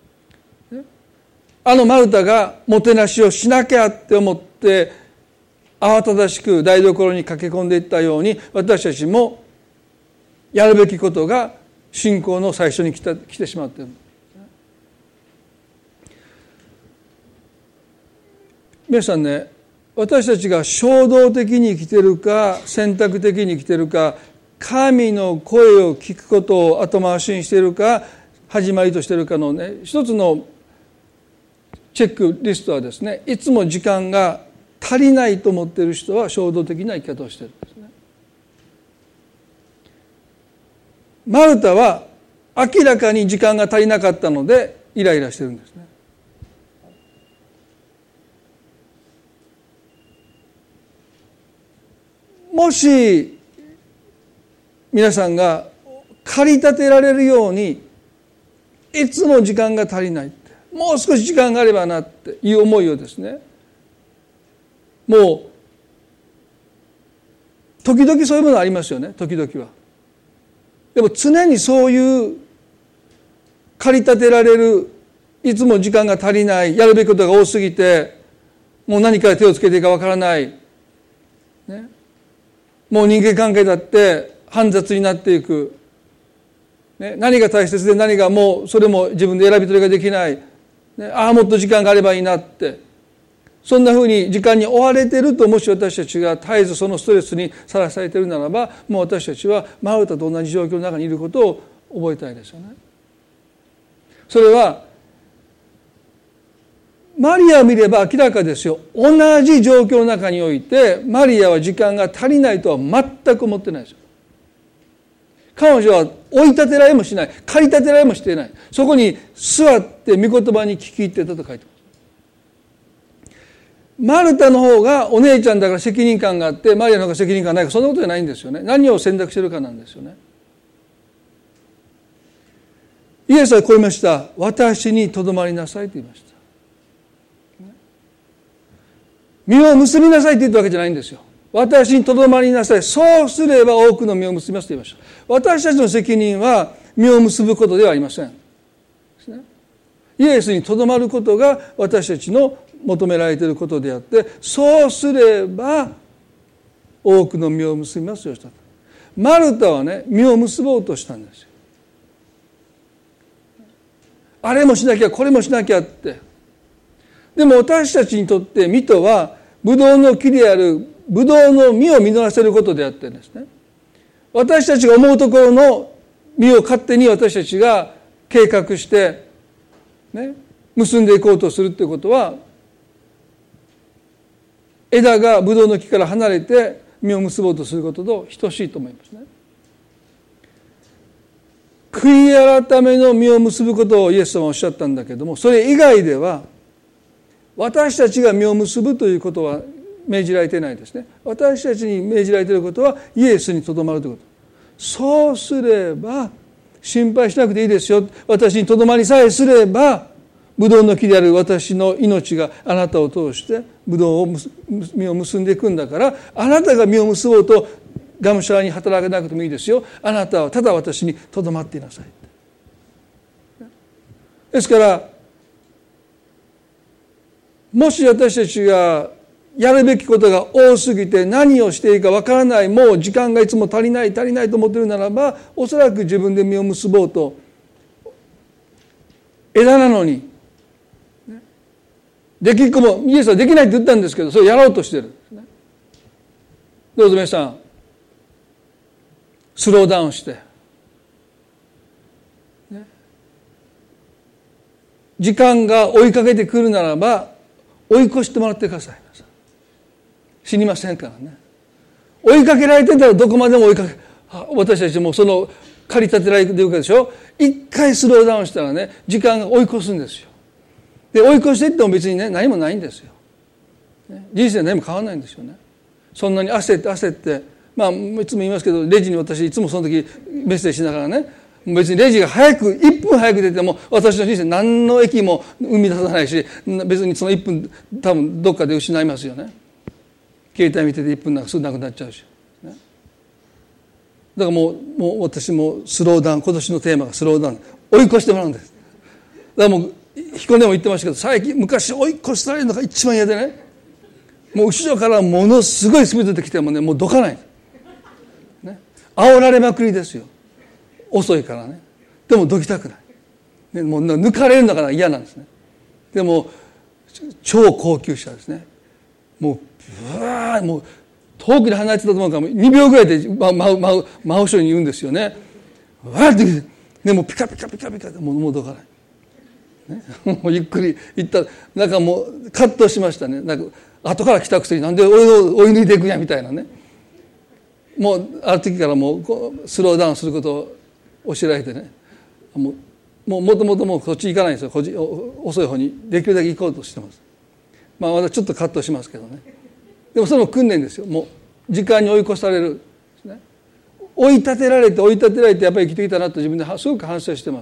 あのマルタがもてなしをしなきゃって思って慌ただしく台所に駆け込んでいったように、私たちもやるべきことが信仰の最初に来た、来てしまっている。皆さんね、私たちが衝動的に生きているか選択的に生きているか、神の声を聞くことを後回しにしているか始まりとしているかのね、一つのチェックリストはですね、いつも時間が足りないと思っている人は衝動的な生き方をしているんですね。マルタは明らかに時間が足りなかったのでイライラしてるんですね。もし皆さんが駆り立てられるようにいつも時間が足りないって、もう少し時間があればなっていう思いをですね、もう時々そういうものありますよね。時々はでも常にそういう駆り立てられる、いつも時間が足りない、やるべきことが多すぎてもう何から手をつけていいかわからない、ね、もう人間関係だって煩雑になっていく、ね、何が大切で何がもうそれも自分で選び取りができない、ね、ああもっと時間があればいいなって、そんなふうに時間に追われていると、もし私たちが絶えずそのストレスにさらされているならば、もう私たちはマルタと同じ状況の中にいることを覚えたいですよね。それはマリアを見れば明らかですよ。同じ状況の中においてマリアは時間が足りないとは全く思ってないですよ。彼女は追い立てられもしない、駆り立てられもしていない。そこに座って御言葉に聞き入っていたと書いてます。マルタの方がお姉ちゃんだから責任感があって、マリアの方が責任感がないか、そんなことじゃないんですよね。何を選択しているかなんですよね。イエスはこう言いました。私にとどまりなさいと言いました。実を結びなさいと言ったわけじゃないんですよ。私にとどまりなさい。そうすれば多くの実を結びますと言いました。私たちの責任は実を結ぶことではありません。イエスにとどまることが私たちの求められていることであって、そうすれば多くの実を結びますよと。マルタはね、実を結ぼうとしたんですよ。あれもしなきゃこれもしなきゃって。でも私たちにとって実とはブドウの木であるブドウの実を実らせることであってですね、私たちが思うところの実を勝手に私たちが計画してね、結んでいこうとするということは、枝がブドウの木から離れて実を結ぼうとすることと等しいと思いますね。悔い改めの実を結ぶことをイエス様はおっしゃったんだけども、それ以外では私たちが実を結ぶということは命じられていないですね。私たちに命じられていることはイエスにとどまるということ。そうすれば心配しなくていいですよ。私にとどまりさえすれば、ブドウの木である私の命があなたを通してブドウを実を結んでいくんだから、あなたが実を結ぼうとがむしゃらに働かなくてもいいですよ。あなたはただ私にとどまっていなさい。ですからもし私たちがやるべきことが多すぎて何をしていいかわからない、もう時間がいつも足りない足りないと思っているならば、おそらく自分で実を結ぼうと、枝なのにできっこもイエスはできないって言ったんですけど、それをやろうとしているんですね。どうぞ皆さんスローダウンして、ね、時間が追いかけてくるならば追い越してもらってください。死にませんからね。追いかけられてたらどこまでも追いかけ、私たちもその駆り立てられているわけでしょ。一回スローダウンしたらね、時間が追い越すんですよ。で追い越していっても別にね何もないんですよ。人生何も変わらないんですよね。そんなに焦って焦ってまあいつも言いますけど、レジに私いつもその時メッセージしながらね、別にレジが早くいっぷん早く出ても私の人生何の益も生み出さないし、別にそのいっぷん多分どっかで失いますよね。携帯見てていっぷんなんかすぐなくなっちゃうし、ね、だからもう、もう私もスローダウン、今年のテーマがスローダウン、追い越してもらうんです。だからもう彦根も言ってましたけど、最近昔追い越されるのが一番嫌でね、もう後ろからものすごいスピードで来てもね、もうどかない、ね、煽られまくりですよ。遅いからね。でもどきたくない、ね、もう抜かれるのが嫌なんですね。でも超高級車ですね、もうブワー、もう遠くに離れてたと思うからにびょうぐらいで真真真真後ろに言うんですよね。わーって来て、でもピカピカピカピカでもうもうどかない、ね、もうゆっくり行ったらなんかもう葛藤しましたね。なんか後から来たくせになんで追い追い抜いていくんやみたいなね。もうある時からもうこうスローダウンすることを教えられてね、もうもうもともともうこっち行かないんですよ。こっち遅い方にできるだけ行こうとしてます。まあまだちょっと葛藤しますけどね。でもそれも訓練ですよ。もう時間に追い越されるですね。追い立てられて追い立てられてやっぱり生きてきたなと自分ですごく反省してます。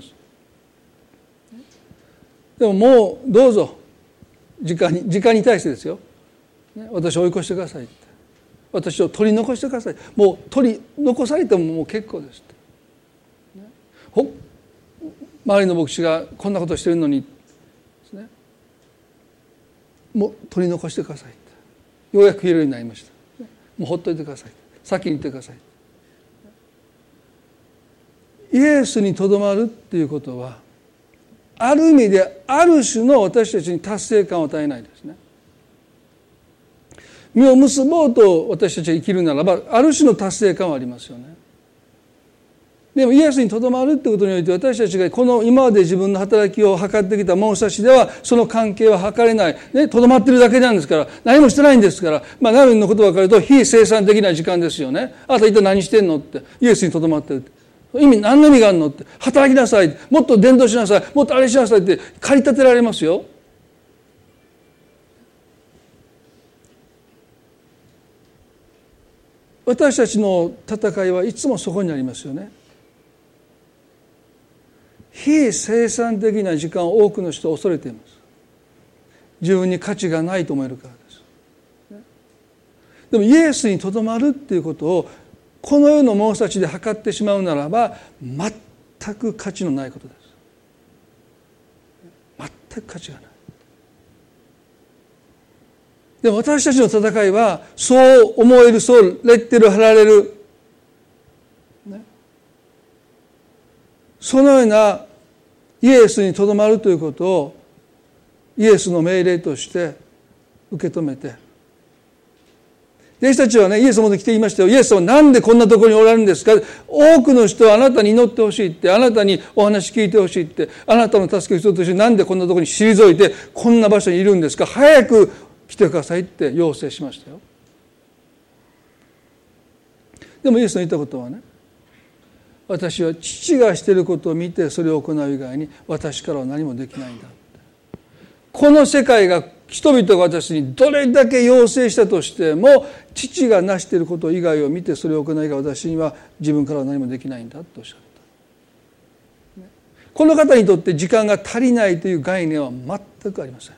でももうどうぞ時間に時間に対してですよ、ね、私を追い越してくださいって、私を取り残してください、もう取り残されてももう結構ですって、ね、ほ周りの牧師がこんなことしてるのにですね、もう取り残してくださいって、ようやく言えるようになりました。もうほっといてください、先に行ってください。イエスにとどまるっていうことはある意味である種の私たちに達成感を与えないですね。実を結ぼうと私たちが生きるならばある種の達成感はありますよね。でもイエスにとどまるってことにおいて私たちがこの今まで自分の働きを図ってきた物差しではその関係は図れない。ね、とどまってるだけなんですから、何もしてないんですから、まあナルンの言葉から言うと非生産的な時間ですよね。あなた一体何してんのって、イエスにとどまってるって。意味何の意味があるのって、働きなさい、もっと伝道しなさい、もっとあれしなさいって駆り立てられますよ。私たちの戦いはいつもそこにありますよね。非生産的な時間を多くの人は恐れています。自分に価値がないと思えるからです。でもイエスにとどまるっていうことをこの世の物差しで測ってしまうならば全く価値のないことです。全く価値がない。でも私たちの戦いはそう思える、そうレッテル貼られる、ね、そのようなイエスにとどまるということをイエスの命令として受け止めて、弟子たちはね、イエスのもとに来ていましたよ。イエス様なんでこんなところにおられるんですか。多くの人はあなたに祈ってほしいって、あなたにお話聞いてほしいって、あなたの助けを必要としてなんでこんなところに退いてこんな場所にいるんですか。早く来てくださいって要請しましたよ。でもイエスの言ったことはね、私は父がしていることを見てそれを行う以外に私からは何もできないんだ。この世界が人々が私にどれだけ要請したとしても父が成していること以外を見てそれを行う以外私には自分からは何もできないんだとおっしゃった。この方にとって時間が足りないという概念は全くありません。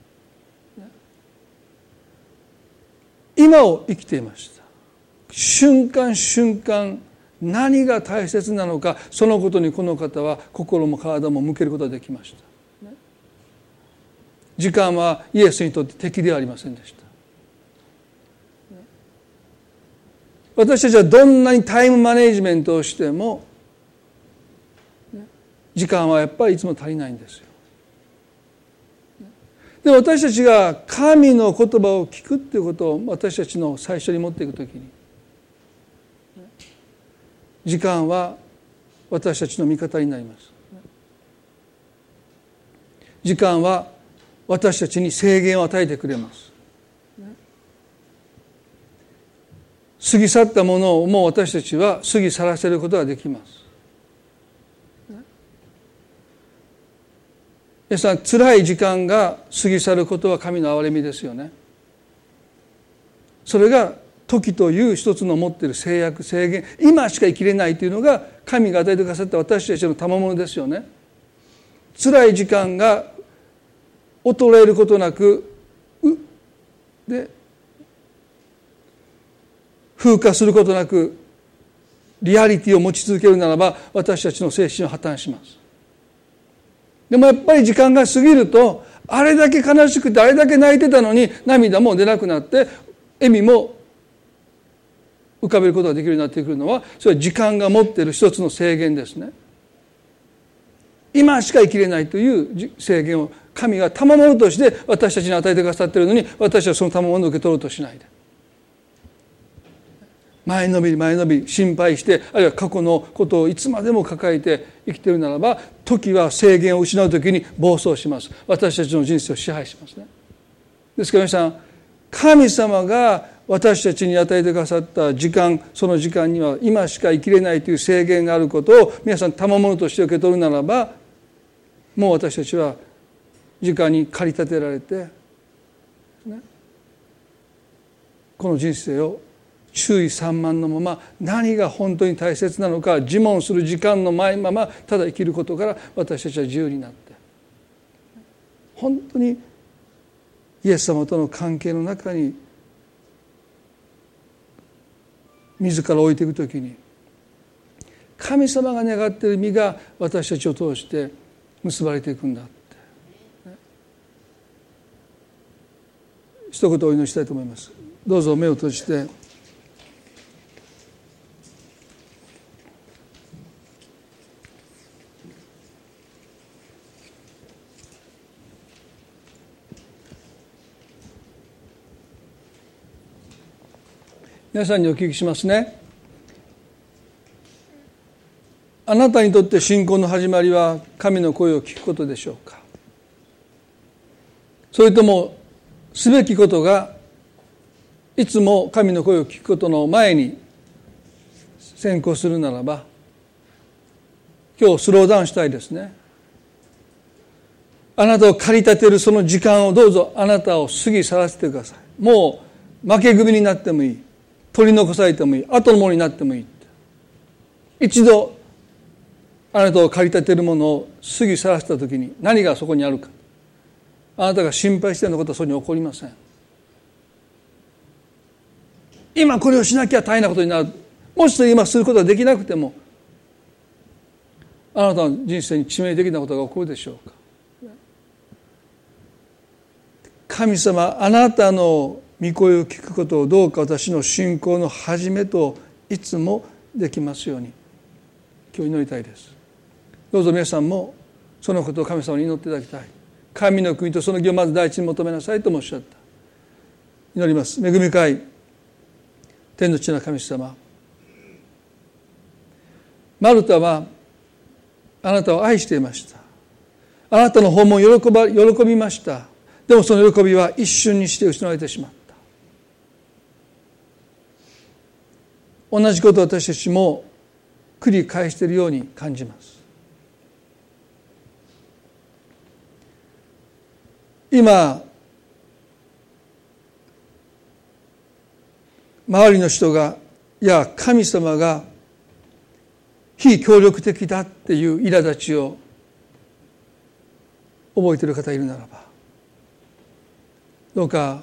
今を生きていました。瞬間瞬間何が大切なのか、そのことにこの方は心も体も向けることができました。時間はイエスにとって敵ではありませんでした。私たちはどんなにタイムマネジメントをしても時間はやっぱりいつも足りないんですよ。で私たちが神の言葉を聞くっていうことを私たちの最初に持っていくときに、時間は私たちの味方になります。時間は私たちに制限を与えてくれます。過ぎ去ったものをもう私たちは過ぎ去らせることができます。皆さん、辛い時間が過ぎ去ることは神の憐れみですよね。それが時という一つの持っている制約、制限、今しか生きれないというのが神が与えてくださった私たちの賜物ですよね。辛い時間が衰えることなくで風化することなくリアリティを持ち続けるならば、私たちの精神は破綻します。でもやっぱり時間が過ぎると、あれだけ悲しくてあれだけ泣いてたのに涙も出なくなって笑みも浮かべることができるようになってくるのは、それは時間が持っている一つの制限ですね。今しか生きれないという制限を神が賜物として私たちに与えてくださっているのに、私はその賜物を受け取ろうとしないで、前のめり前のめり心配して、あるいは過去のことをいつまでも抱えて生きているならば、時は制限を失うときに暴走します。私たちの人生を支配しますね。ですから皆さん、神様が私たちに与えてくださった時間、その時間には今しか生きれないという制限があることを皆さん賜物として受け取るならば、もう私たちは時間に駆り立てられて、ね、この人生を注意散漫のまま、何が本当に大切なのか自問する時間のないまま、ただ生きることから私たちは自由になって、本当にイエス様との関係の中に自ら置いていくときに、神様が願っている実が私たちを通して結ばれていくんだって、ね、一言お祈りしたいと思います。どうぞ目を閉じて、皆さんにお聞きしますね。あなたにとって信仰の始まりは神の声を聞くことでしょうか。それともすべきことがいつも神の声を聞くことの前に先行するならば、今日スローダウンしたいですね。あなたを駆り立てるその時間をどうぞあなたを過ぎ去らせてください。もう負け組になってもいい、取り残されてもいい、後のものになってもいい。一度あなたを駆り立てるものを過ぎ去らせたときに何がそこにあるか、あなたが心配しているようなことはそこに起こりません。今これをしなきゃ大変なことになる。もし今することができなくても、あなたの人生に致命的なことが起こるでしょうか。神様、あなたの御声を聞くことをどうか私の信仰の始めといつもできますように、今日祈りたいです。どうぞ皆さんもそのことを神様に祈っていただきたい。神の国とその義をまず第一に求めなさいともおっしゃった。祈ります。恵み深い天の父な神様、マルタはあなたを愛していました。あなたの訪問を喜ば、喜びました。でもその喜びは一瞬にして失われてしまった。同じことを私たちも繰り返しているように感じます。今周りの人が、いや神様が非協力的だっていう苛立ちを覚えている方いるならば、どうか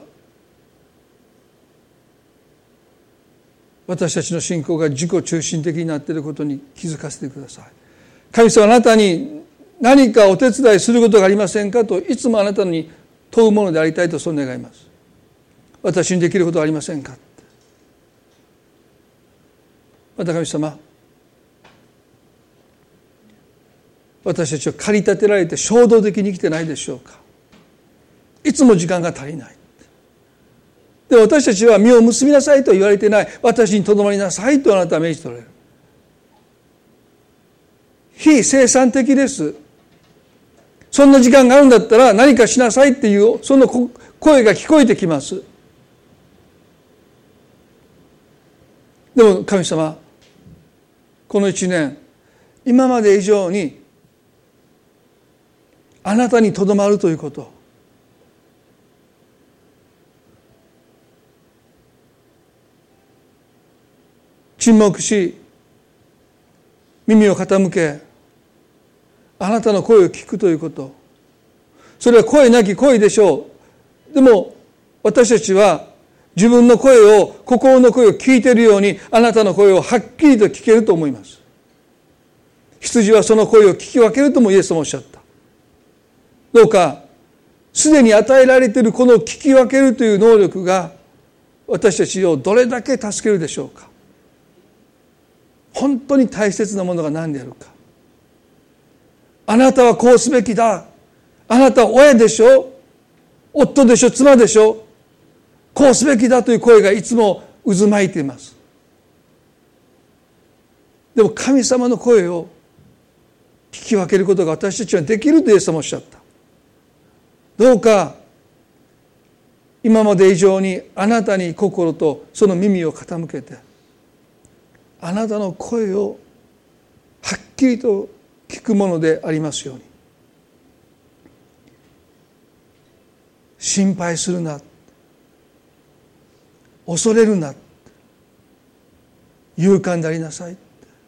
私たちの信仰が自己中心的になっていることに気づかせてください。神様、あなたに何かお手伝いすることがありませんかといつもあなたに問うものでありたいとそう願います。私にできることはありませんか。また神様、私たちは駆り立てられて衝動的に生きてないでしょうか。いつも時間が足りない。で、私たちは実を結びなさいと言われてない。私にとどまりなさいとあなたは命じておられる。非生産的です。そんな時間があるんだったら何かしなさいっていうその声が聞こえてきます。でも神様、この一年今まで以上にあなたにとどまるということ、 沈黙し耳を傾けあなたの声を聞くということ、それは声なき声でしょう。でも私たちは自分の声を、心の声を聞いているようにあなたの声をはっきりと聞けると思います。羊はその声を聞き分けるともイエスもおっしゃった。どうかすでに与えられているこの聞き分けるという能力が私たちをどれだけ助けるでしょうか。本当に大切なものが何であるか。あなたはこうすべきだ。あなたは親でしょ、夫でしょ、妻でしょ、こうすべきだという声がいつも渦巻いています。でも神様の声を聞き分けることが私たちはできるとイエス様おっしゃった。どうか今まで以上にあなたに心とその耳を傾けて、あなたの声をはっきりと聞くものでありますように。心配するな、恐れるな、勇敢でありなさい。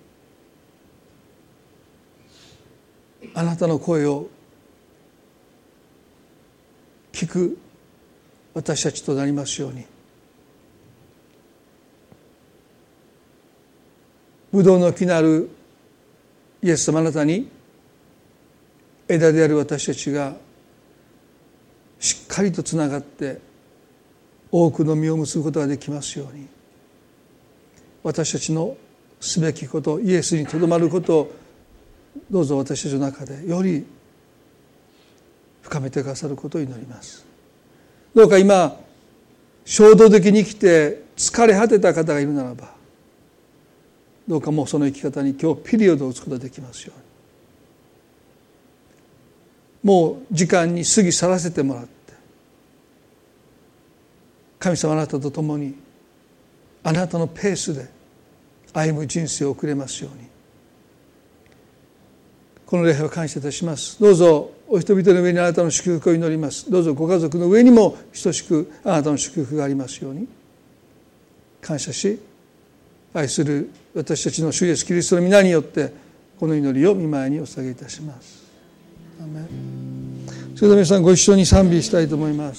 あなたの声を聞く私たちとなりますように。ブドウの木なるイエス様、あなたに枝である私たちがしっかりとつながって多くの実を結ぶことができますように、私たちのすべきこと、イエスにとどまることをどうぞ私たちの中でより深めてくださることを祈ります。どうか今衝動的に生きて疲れ果てた方がいるならば、どうかもうその生き方に今日ピリオドを打つことができますように。もう時間に過ぎ去らせてもらって、神様あなたと共にあなたのペースで歩む人生を送れますように。この礼拝を感謝いたします。どうぞお人々の上にあなたの祝福を祈ります。どうぞご家族の上にも等しくあなたの祝福がありますように感謝し、愛する私たちの主イエスキリストの皆によってこの祈りを御前にお捧げいたします。アーメン。それでは皆さんご一緒に賛美したいと思います。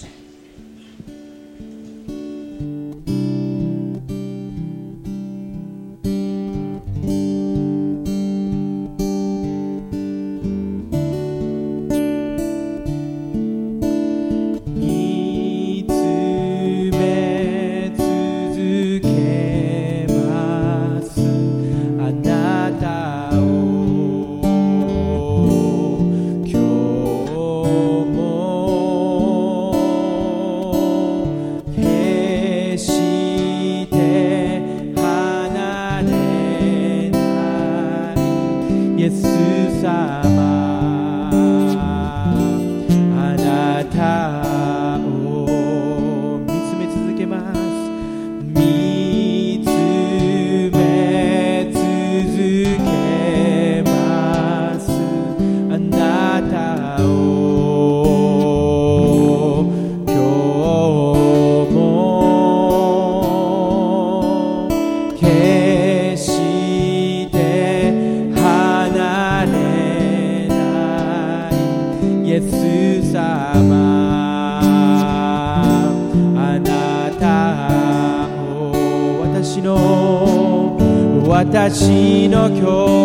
私の今日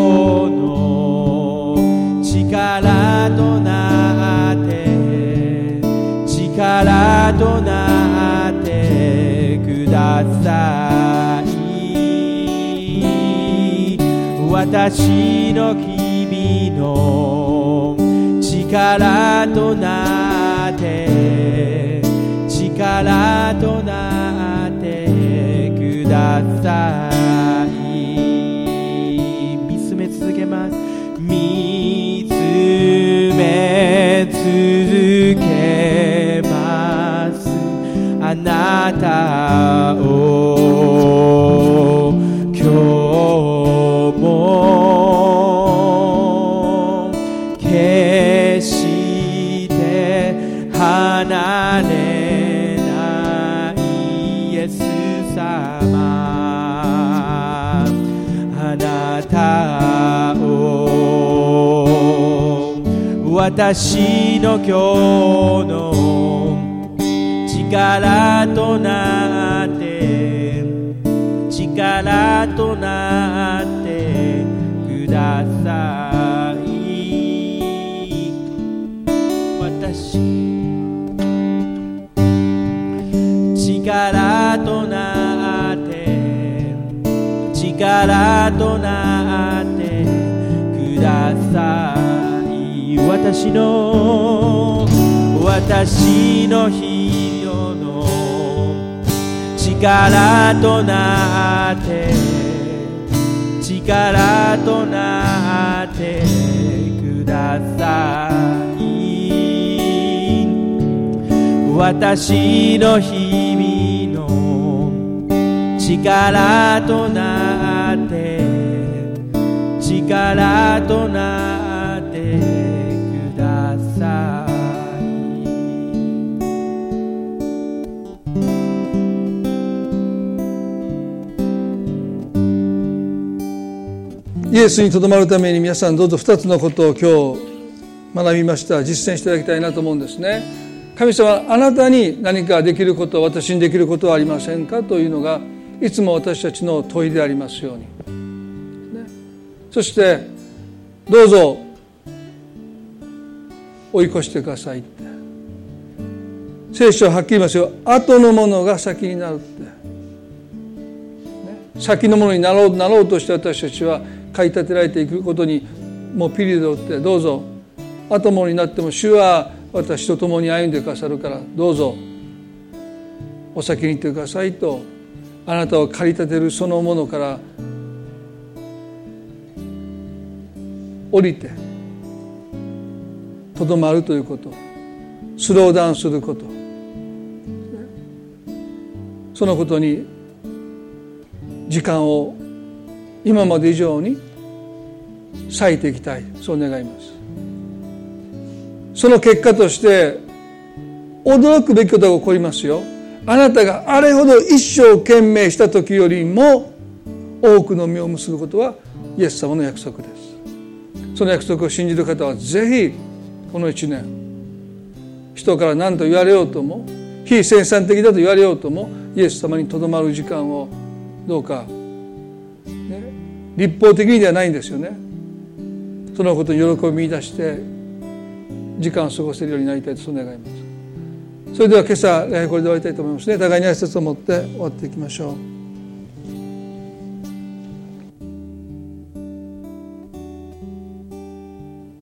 の力となって力となってください。私の日々の力となって力となってください。見つめ続けますあなたを今日も決して離れないイエス様私の今日の力となって力となってください。私力となって力となってください。私の私の日々の力となって力となってください。私の日々の力となって力となってください。 イエスにとどまるために皆さんどうぞふたつのことを今日学びました。実践していただきたいなと思うんですね。神様はあなたに何かできること、私にできることはありませんかというのがいつも私たちの問いでありますように、ね、そしてどうぞ追い越してくださいって、聖書ははっきり言いますよ。後のものが先になるって、ね、先のものになろう、なろうとして私たちは駆り立てられていくことにもうピリオドを打って、どうぞ後ものになっても主は私と共に歩んでくださるからどうぞお先に行ってくださいと、あなたを駆り立てるそのものから降りてとどまるということ、スローダウンすること、そのことに時間を今まで以上に割いていきたい、そう願います。その結果として驚くべきことが起こりますよ。あなたがあれほど一生懸命した時よりも多くの実を結ぶことはイエス様の約束です。その約束を信じる方はぜひこの一年、人から何と言われようとも非生産的だと言われようともイエス様にとどまる時間をどうか、ね、立法的にではないんですよね。そのことに喜びを見出して時間を過ごせるようになりたいとそう願います。それでは今朝これで終わりたいと思いますね。互いに挨拶を持って終わっていきましょう。